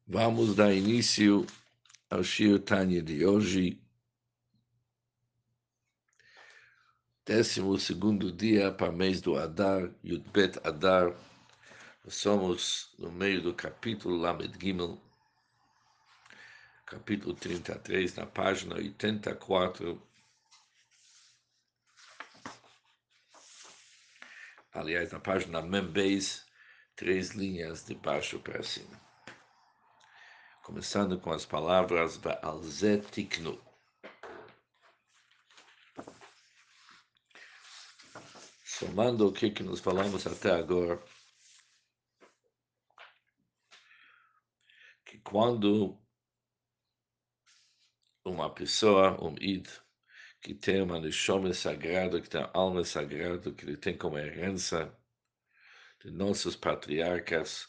Vamos dar início ao Shir Tanya de hoje, 12º dia para o mês do Adar, Yudbet Adar. Nós somos no meio do capítulo Lamed Gimel, capítulo 33, na página 84. Aliás, na página Membeis, 3 linhas de baixo para cima. Começando com as palavras Va'alzeh tiknu. Somando o que nós falamos até agora, que quando uma pessoa, Id, que tem uma neshama sagrada, que tem uma alma sagrada, que ele tem como herança de nossos patriarcas,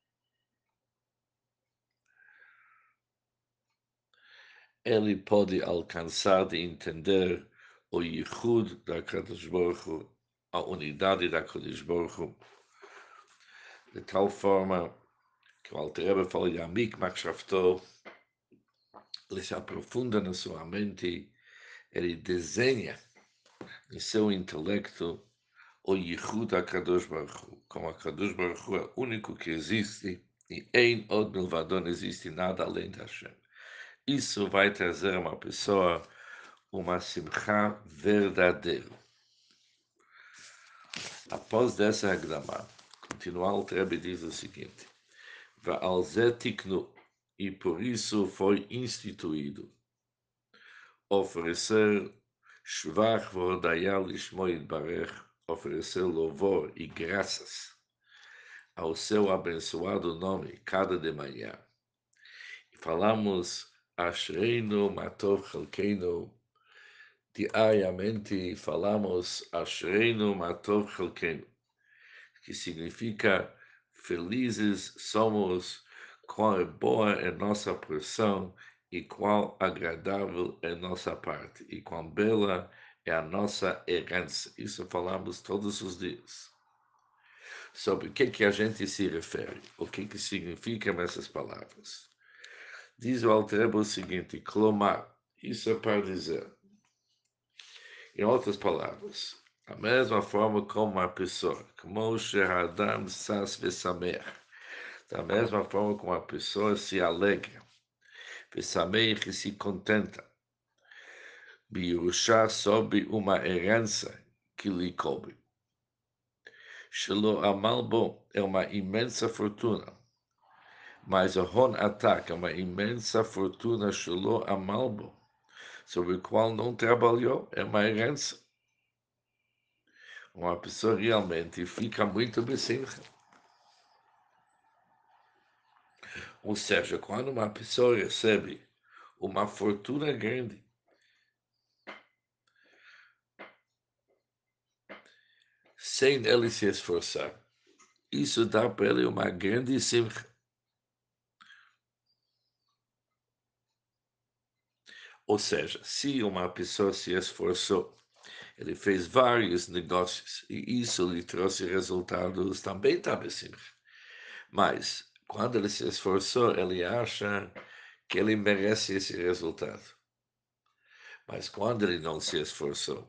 ele pode alcançar de entender o Yichud da Kadosh Baruch Hu, a unidade da Kadosh Baruch Hu, de tal forma que o Alter Rebbe fala, Yamik Machshavto, ele se aprofunda na sua mente, ele desenha em seu intelecto o Yichud HaKadosh Baruch Hu, como a Kadosh Baruch Hu é o único que existe, e Ein Od Milvado, não existe nada além da Hashem. Isso vai trazer a uma pessoa uma simcha verdadeira. Após dessa Hagdamah, continuar o Rebbe diz o seguinte, Va'al zeh tiknu, e por isso foi instituído oferecer Shvach Vodaya Lishmo Yitbarech, oferecer louvor e graças ao seu abençoado nome cada de manhã. E falamos Ashreinu Matov Chalkeinu, diariamente falamos Ashreinu Matov Chalkeinu, que significa felizes somos, qual é boa é nossa porção e qual agradável é nossa parte, e quão bela é a nossa herança. Isso falamos todos os dias. Sobre o que a gente se refere, o que significam essas palavras. Diz o Alter Rebbe o seguinte, Klomar, isso é para dizer, em outras palavras, a mesma forma como uma pessoa, como Shehadam Sas Vesamer, da mesma forma como a pessoa se alegra, Vesamer e se contenta, Birushá sobe uma herança que lhe coube. Shelo Amalbo é uma imensa fortuna, mas o Hon Atak é uma imensa fortuna Shelo Amalbo, sobre o qual não trabalhou, é uma herança. Uma pessoa realmente fica muito besimcha. Ou seja, quando uma pessoa recebe uma fortuna grande, sem ele se esforçar, isso dá para ele uma grande simcha. Ou seja, se uma pessoa se esforçou, ele fez vários negócios e isso lhe trouxe resultados, também está besimcha. Mas, quando ele se esforçou, ele acha que ele merece esse resultado. Mas quando ele não se esforçou,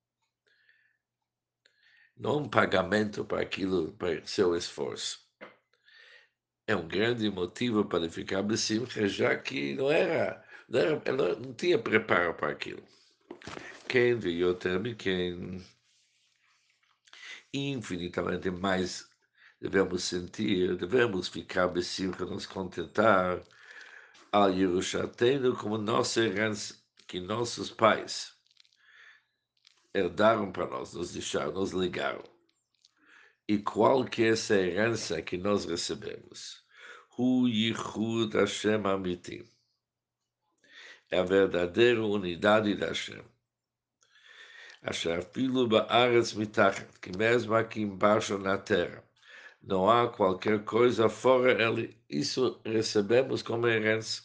não um pagamento para aquilo, para seu esforço, é um grande motivo para ficar besimcha, já que não tinha preparo para aquilo. Quem viu também, quem infinitamente mais devemos sentir, devemos ficar besimcha, nos contentar ao Yerushaltenu como nossa herança, que nossos pais herdaram para nós, nos deixaram, nos legaram. E qual que é essa herança que nós recebemos? Hu Yichud Hashem Amitim. É a verdadeira unidade da Hashem. Asher afilu ba'aretz mitachat, que mesmo aqui embaixo na terra, não há qualquer coisa fora ele. Isso recebemos como herança.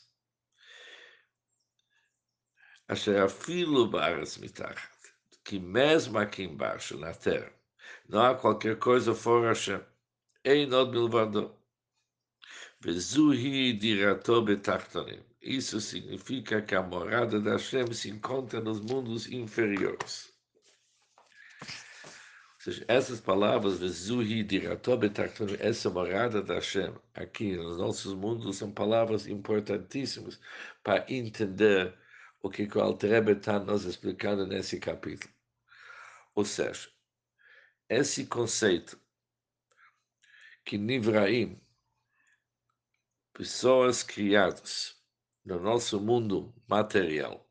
Asher afilu ba'aretz mitachat, que mesmo aqui embaixo na terra, não há qualquer coisa fora Hashem. Ein od milvado. Vezuhi dirato betachtonim. Isso significa que a morada da Hashem se encontra nos mundos inferiores. Ou seja, essas palavras, Vezuhi dirato betachtonim, essa morada da Hashem, aqui nos nossos mundos, são palavras importantíssimas para entender o que o Alter Rebbe está nos explicando nesse capítulo. Ou seja, esse conceito que Nivraim, pessoas criadas no nosso mundo material,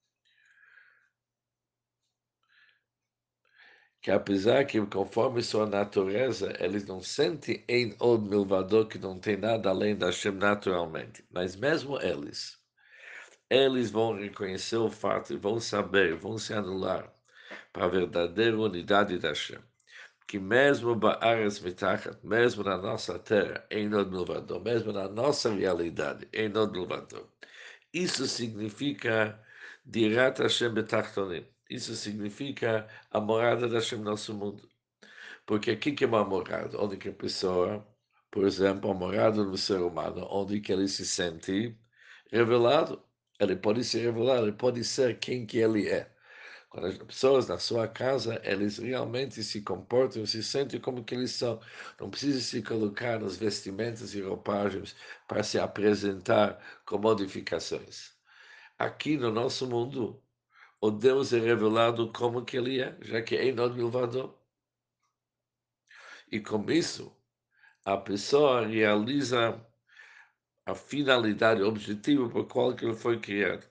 que apesar que, conforme sua natureza, eles não sentem em od milvador, que não tem nada além da Hashem naturalmente, mas mesmo eles vão reconhecer o fato, e vão saber, vão se anular para a verdadeira unidade da Hashem, que mesmo Ba'aretz Mitachat, mesmo na nossa terra, em od milvador, mesmo na nossa realidade, em od milvador, isso significa Dirat Hashem Betachtonim. Isso significa a morada da Hashem no nosso mundo. Porque aqui que é uma morada, onde que a pessoa, por exemplo, a morada do ser humano, onde que ele se sente revelado. Ele pode se revelar, ele pode ser quem que ele é. Quando as pessoas na sua casa, eles realmente se comportam, se sentem como que eles são. Não precisa se colocar nos vestimentas e roupagens para se apresentar com modificações. Aqui no nosso mundo, o Deus é revelado como que ele é, já que é Enod Milvador. E com isso, a pessoa realiza a finalidade, o objetivo por qual que ele foi criado.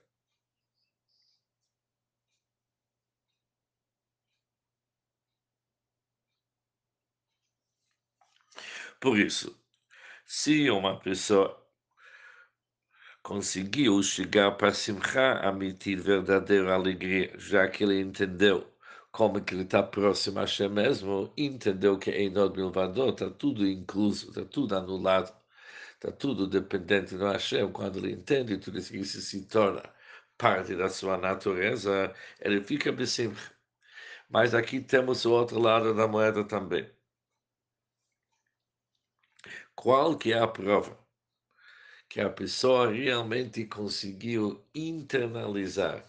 Por isso, se uma pessoa conseguiu chegar para Simcha, admitir verdadeira alegria, já que ele entendeu como que ele está próximo a Hashem mesmo, entendeu que é Enod Milvador, está tudo incluso, está tudo anulado, está tudo dependente do Hashem. Quando ele entende tudo isso se torna parte da sua natureza, ele fica bem. Mas aqui temos o outro lado da moeda também. Qual que é a prova que a pessoa realmente conseguiu internalizar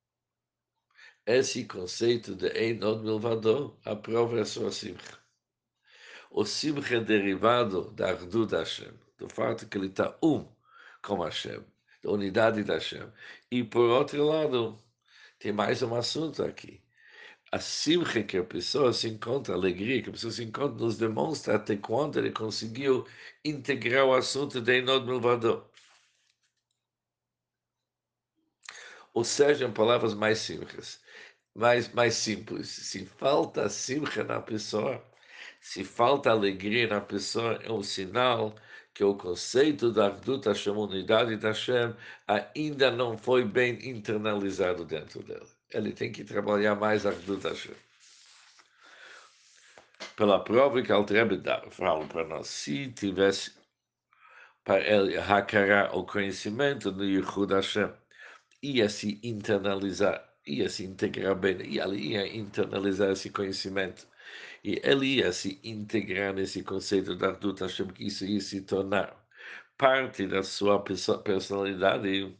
esse conceito de Einod Milvador? A prova é sua Simcha. O Simcha é derivado da Ardut Hashem, do fato que ele está com Hashem, da unidade da Hashem. E por outro lado, tem mais um assunto aqui. A simcha que a pessoa se encontra, a alegria que a pessoa se encontra, nos demonstra até quando ele conseguiu integrar o assunto de Enod Milvador. Ou seja, em palavras mais simples, mais simples, se falta simcha na pessoa, se falta alegria na pessoa, é um sinal que o conceito da Ardut Hashem, unidade da Hashem, ainda não foi bem internalizado dentro dele. Ele tem que trabalhar mais a Ardut Hashem. Pela prova que Altrebe fala para nós, se tivesse para ele hackear o conhecimento do Yichud Hashem, ia se internalizar, ia se integrar bem, e ele ia internalizar esse conhecimento, e ele ia se integrar nesse conceito da Ardut Hashem, que isso ia se tornar parte da sua personalidade, e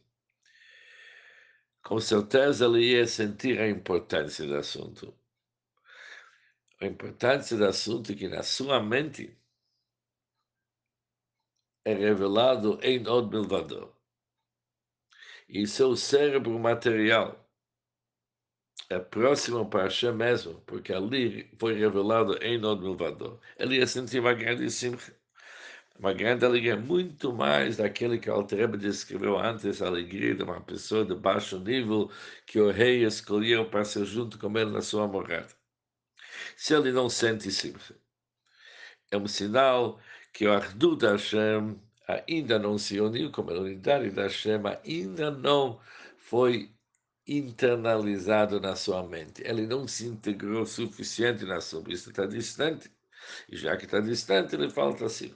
com certeza ele ia sentir a importância do assunto. A importância do assunto que na sua mente é revelado em Od Milvador. E seu cérebro material é próximo para Hashem mesmo, porque ali foi revelado em Od Milvador. Ele ia sentir uma grande simcha, uma grande alegria, muito mais daquele que o Alter Rebbe descreveu antes, a alegria de uma pessoa de baixo nível que o rei escolheu para ser junto com ele na sua morada. Se ele não sente simcha, é um sinal que o Ardu da Hashem ainda não se uniu, como a unidade da Hashem ainda não foi internalizado na sua mente. Ele não se integrou suficiente na sua mente. Isso está distante. E já que está distante, ele falta assim.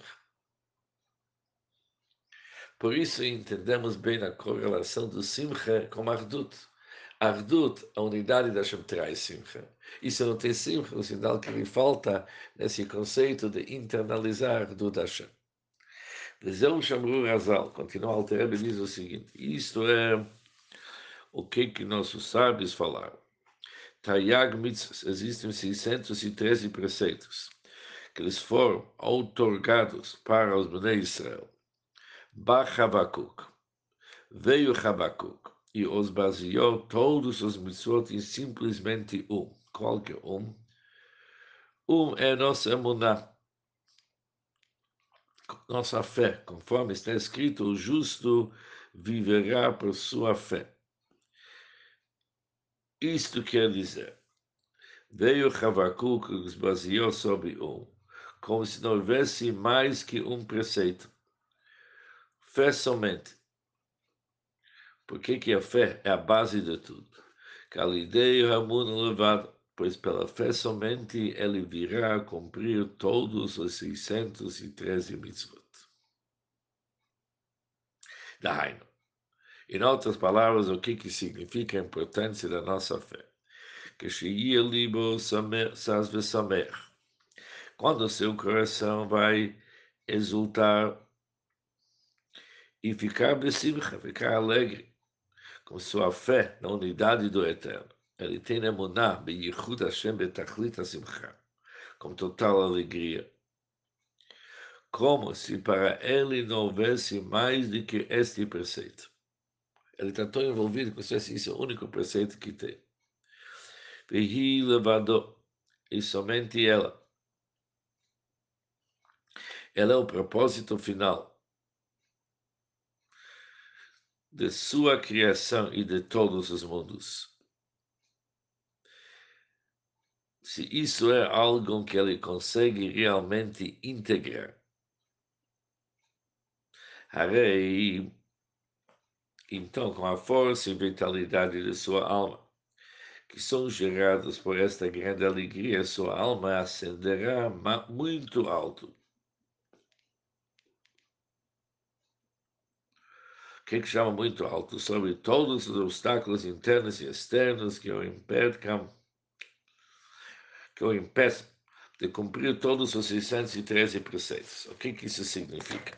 Por isso entendemos bem a correlação do Simcha com Ardut. Ardut, a unidade da Hashem traz Simcha. E se não tem Simcha, o sinal que lhe falta nesse conceito de internalizar Ardut Hashem. Vezeu Shamru Razal, continua Alter Rebbe, diz o seguinte, isto é o que nossos sábios falaram. Tayag Mitzvahs, existem 613 preceitos, que eles foram outorgados para os Bnei Israel. Ba Habakuk, veio Habakuk, e os baseou todos os mitzvot em simplesmente um. Qual que é um? Um é nossa emuná, nossa fé, conforme está escrito, o justo viverá por sua fé. Isto quer dizer, veio Habacuc que os baseou sobre um, como se não houvesse mais que um preceito. Fé somente. Por que a fé é a base de tudo? Calideio Ramuno levado, pois pela fé somente ele virá a cumprir todos os 613 mitzvot. Dahainu. Em outras palavras, o que significa a importância da nossa fé? Que Shia Libo Saz Vesamer. Quando o seu coração vai exultar e ficar besimcha, ficar alegre, com sua fé na unidade do Eterno. Ele tem emuná, beyichud Hashem betachlit simcha, com total alegria. Como se para ele não houvesse mais do que este preceito. Ele está tão envolvido com isso, esse é o único preceito que tem. Vehi levado, e somente ela. Ela é o propósito final de sua criação e de todos os mundos. Se isso é algo que ele consegue realmente integrar, Harei, então, com a força e vitalidade de sua alma, que são gerados por esta grande alegria, sua alma ascenderá muito alto. O que chama muito alto? Sobre todos os obstáculos internos e externos que o impeçam de cumprir todos os 613 preceitos. O que isso significa?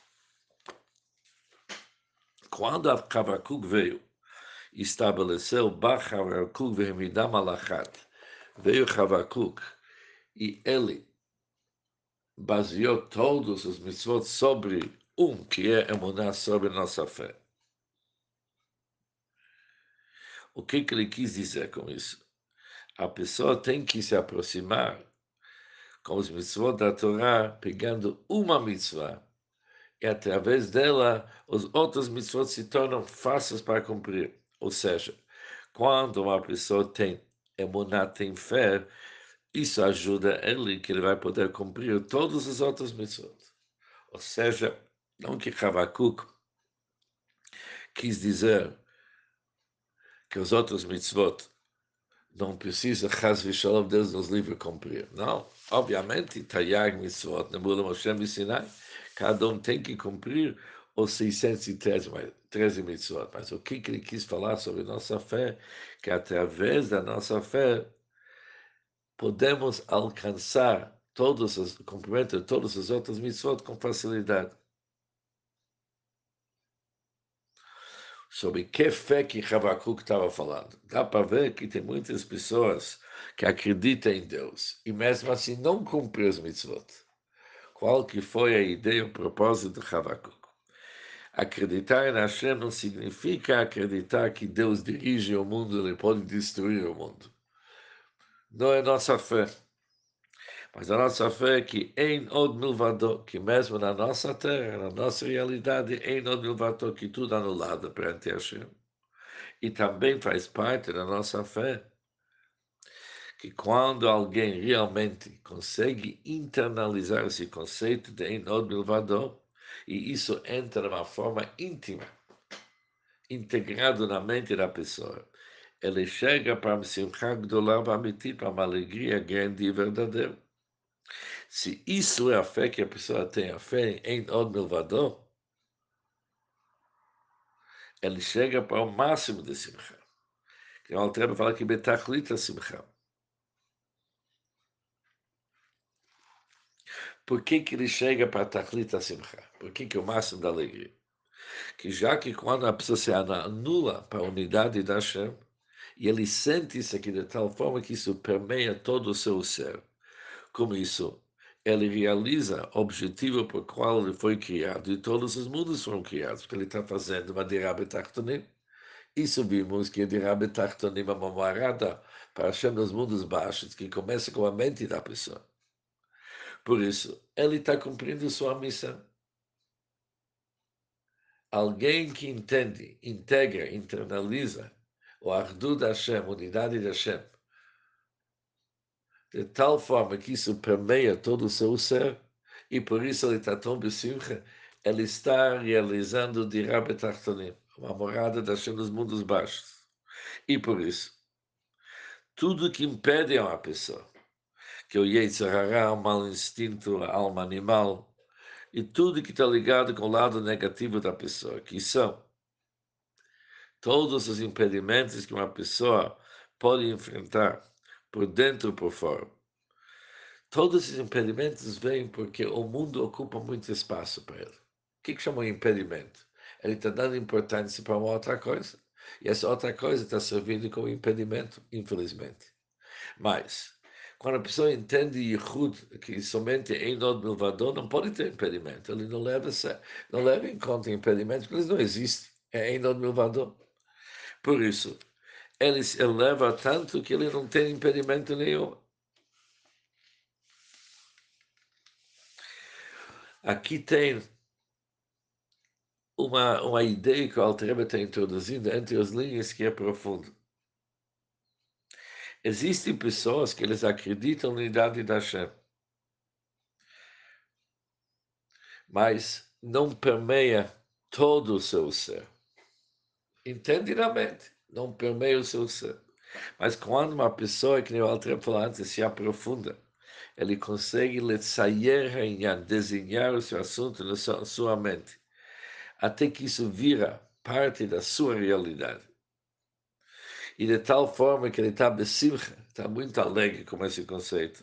Quando Habacuc veio e estabeleceu Bar Habacuc Vehemidam Alachat, veio Habacuc e ele baseou todos os mitzvot sobre um, que é emuná, sobre nossa fé. O que ele quis dizer com isso? A pessoa tem que se aproximar com os mitzvot da Torá, pegando uma mitzvah, e através dela os outros mitzvot se tornam fáceis para cumprir. Ou seja, quando uma pessoa tem emuná, tem fé, isso ajuda ele, que ele vai poder cumprir todos os outros mitzvot. Ou seja, não que Habacuc quis dizer que os outros mitzvot não precisa, Chas v'Shalom, Deus nos livre cumprir. Não, obviamente, Tayag mitzvot, Nebulam Hashem Sinai, cada um tem que cumprir os 613 mitzvot. Mas o que ele quis falar sobre nossa fé? Que através da nossa fé podemos alcançar cumprimento de todos os outros mitzvot com facilidade. Sobre que fé que Habacuc estava falando. Dá para ver que tem muitas pessoas que acreditam em Deus e mesmo assim não cumprem os mitzvot. Qual que foi a ideia, o propósito de Habacuc? Acreditar em Hashem não significa acreditar que Deus dirige o mundo, ele pode destruir o mundo. Não é nossa fé. Mas a nossa fé é que em od milvado, que mesmo na nossa terra, na nossa realidade, em od milvado, que tudo anulado perante Hashem. E também faz parte da nossa fé que quando alguém realmente consegue internalizar esse conceito de Enod Milvado, e isso entra de uma forma íntima, integrado na mente da pessoa, ele chega para um simcha gdolah v'amiti, para uma alegria grande e verdadeira. Se isso é a fé que a pessoa tem, a fé em Enod Milvado, ele chega para o máximo de simcha. Que o Alter Rebbe fala que betachlit simcha. Por que que ele chega para Tachlit Simcha? Por que que é o máximo da alegria? Que já que quando a pessoa se anula para a unidade da Hashem, e ele sente isso aqui de tal forma que isso permeia todo o seu ser. Com isso, ele realiza o objetivo por qual ele foi criado, e todos os mundos foram criados, porque ele está fazendo uma derrabe Tachtonim. Isso vimos que a derrabe Tachtonim é uma morada para Hashem nos mundos baixos, que começa com a mente da pessoa. Por isso, ele está cumprindo sua missão. Alguém que entende, integra, internaliza o Ardu da Hashem, a unidade da Hashem, de tal forma que isso permeia todo o seu ser, e por isso ele está tão besimcha, ele está realizando o Dirá Betartonim, uma morada da Hashem nos mundos baixos. E por isso, tudo que impede a uma pessoa, que é o Yetzer Hara, o mau instinto, a alma animal, e tudo que está ligado com o lado negativo da pessoa, que são todos os impedimentos que uma pessoa pode enfrentar, por dentro e por fora. Todos esses impedimentos vêm porque o mundo ocupa muito espaço para ele. O que chama de impedimento? Ele está dando importância para uma outra coisa, e essa outra coisa está servindo como impedimento, infelizmente. Mas, quando a pessoa entende Yehud, que somente em Nod Milvador não pode ter impedimento, ele não leva em conta impedimentos, porque eles não existem, é em Nod Milvador. Por isso, ele se eleva tanto que ele não tem impedimento nenhum. Aqui tem uma ideia que o Alter está introduzindo entre as linhas que é profundo. Existem pessoas que eles acreditam na unidade da Hashem, mas não permeia todo o seu ser. Entende na mente, não permeia o seu ser. Mas quando uma pessoa, que nem o Alter falou antes, se aprofunda, ele consegue desenhar o seu assunto na sua mente, até que isso vira parte da sua realidade. E de tal forma que ele está besimcha, está muito alegre com esse conceito.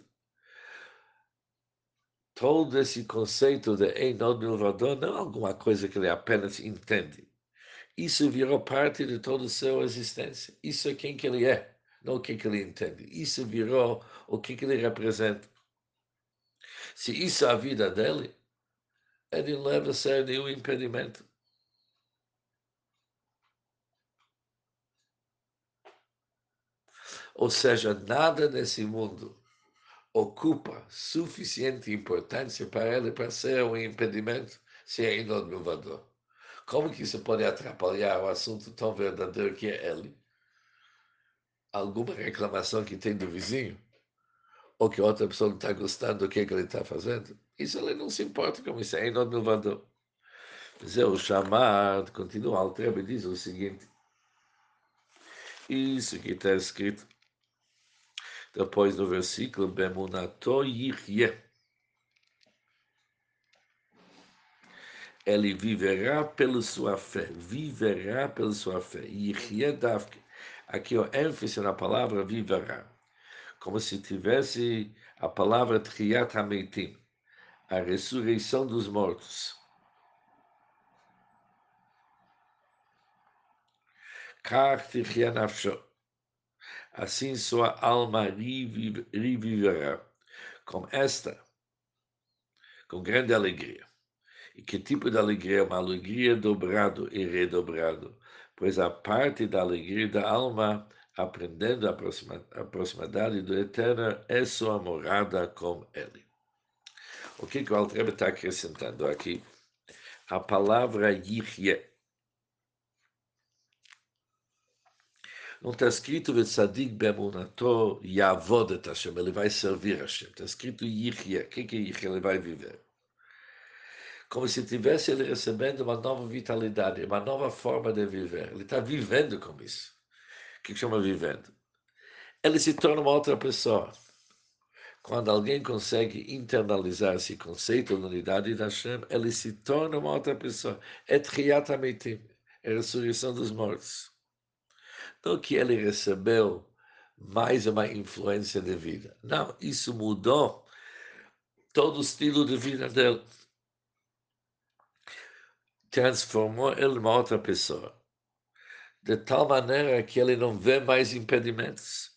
Todo esse conceito de Einod Milvador não é alguma coisa que ele apenas entende. Isso virou parte de toda a sua existência. Isso é quem que ele é, não o que ele entende. Isso virou o que ele representa. Se isso é a vida dele, ele não leva a ser nenhum impedimento. Ou seja, nada nesse mundo ocupa suficiente importância para ele para ser um impedimento se é inovador. Como que isso pode atrapalhar o assunto tão verdadeiro que é ele? Alguma reclamação que tem do vizinho? Ou que outra pessoa não está gostando do que ele está fazendo? Isso ele não se importa com isso, é inovador. Mas é o chamado, continua, Altrebe diz o seguinte, isso que está escrito depois no versículo, Bemunato Yichye. Ele viverá pela sua fé, viverá pela sua fé. Yichye Davke. Aqui o ênfase na palavra viverá, como se tivesse a palavra Triat HaMeitim, a ressurreição dos mortos. Kach Tichya Nafsho. Assim sua alma reviverá, com esta, com grande alegria. E que tipo de alegria? Uma alegria dobrado e redobrado, pois a parte da alegria da alma, aprendendo a proximidade do Eterno, é sua morada com Ele. O que o Alter Rebbe está acrescentando aqui? A palavra Yichye. Não está escrito Vetzadik bemunato yavodet Hashem, ele vai servir Hashem. Está escrito Yichye. O que é Yichye? Ele vai viver. Como se tivesse ele recebendo uma nova vitalidade, uma nova forma de viver. Ele está vivendo com isso. O que chama vivendo? Ele se torna uma outra pessoa. Quando alguém consegue internalizar esse conceito da unidade da Hashem, ele se torna uma outra pessoa. É Tchiyat HaMeitim, é a ressurreição dos mortos. Não que ele recebeu mais uma influência de vida. Não, isso mudou todo o estilo de vida dele, transformou ele numa outra pessoa, de tal maneira que ele não vê mais impedimentos.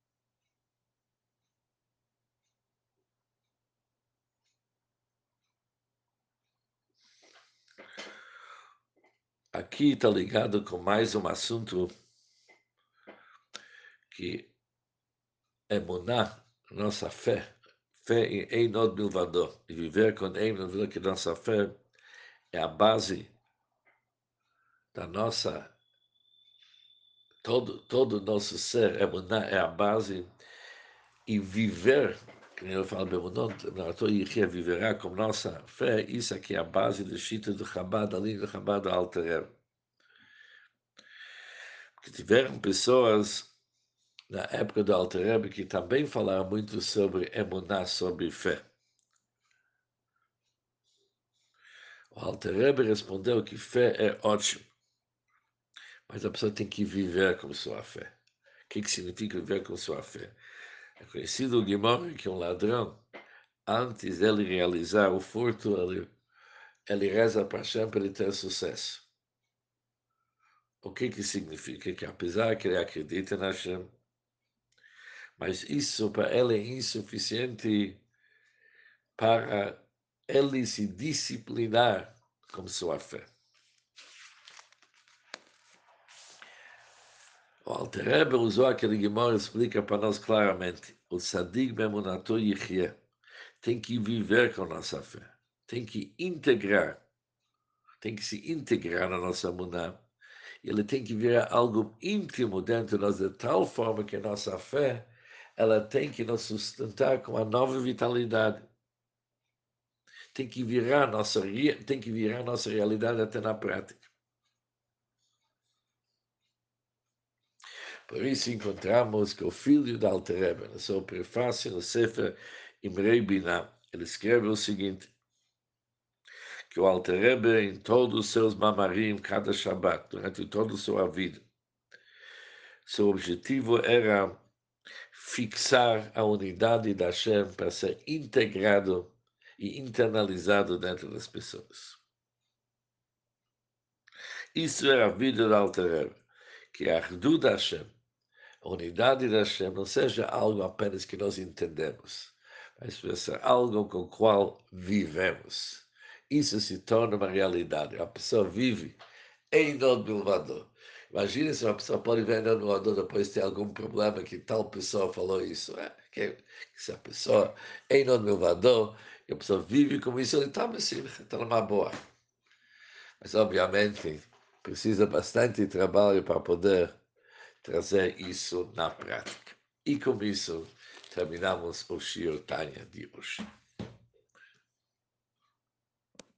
Aqui está ligado com mais um assunto que é emuná, nossa fé em Einod Milvador, e viver com Einod Milvador, que nossa fé é a base da nossa, todo o nosso ser, emuná é a base, e viver, que nem eu falo, Bemunot, Nato Yichia viverá com nossa fé, isso aqui é a base do Shita do Chabad, ali do Chabad do Alter Rebbe. Porque tiveram pessoas na época do Alter Rebbe que também falaram muito sobre emuná, sobre fé. O Alter Rebbe respondeu que fé é ótimo, mas a pessoa tem que viver com sua fé. O que significa viver com sua fé? É conhecido o Gemara que um ladrão, antes dele realizar o furto, ele reza para Hashem para ele ter sucesso. O que significa? Que apesar que ele acredita na Hashem, mas isso para ele é insuficiente para ele se disciplinar com sua fé. O Alter Rebbe usou aquele Gemara, explica para nós claramente, o Tzadik Bemunato Yichye tem que viver com nossa fé, tem que integrar, tem que se integrar na nossa Muná. Ele tem que virar algo íntimo dentro de nós, de tal forma que a nossa fé ela tem que nos sustentar com uma nova vitalidade. Tem que virar nossa realidade até na prática. Por isso encontramos que o filho da Alter Rebbe, no seu prefácio no Sefer Imrei Binah, ele escreve o seguinte, que o Alter Rebbe, em todos os seus mamarim, cada Shabbat, durante toda a sua vida, seu objetivo era fixar a unidade da Hashem para ser integrado e internalizado dentro das pessoas. Isso é a vida da Alter Rebbe, que a Ardut da Hashem, a unidade da Hashem, não seja algo apenas que nós entendemos, mas vai ser algo com o qual vivemos. Isso se torna uma realidade. A pessoa vive em Nod Milvador. Imagina se uma pessoa pode ver em Nod Milvador depois de ter algum problema que tal pessoa falou isso. Que se a pessoa em Nod Milvador, e a pessoa vive como isso, ele está assim, está numa boa. Mas, obviamente, precisa bastante trabalho para poder trazer isso na prática. E com isso, terminamos o Shir Tanya de hoje.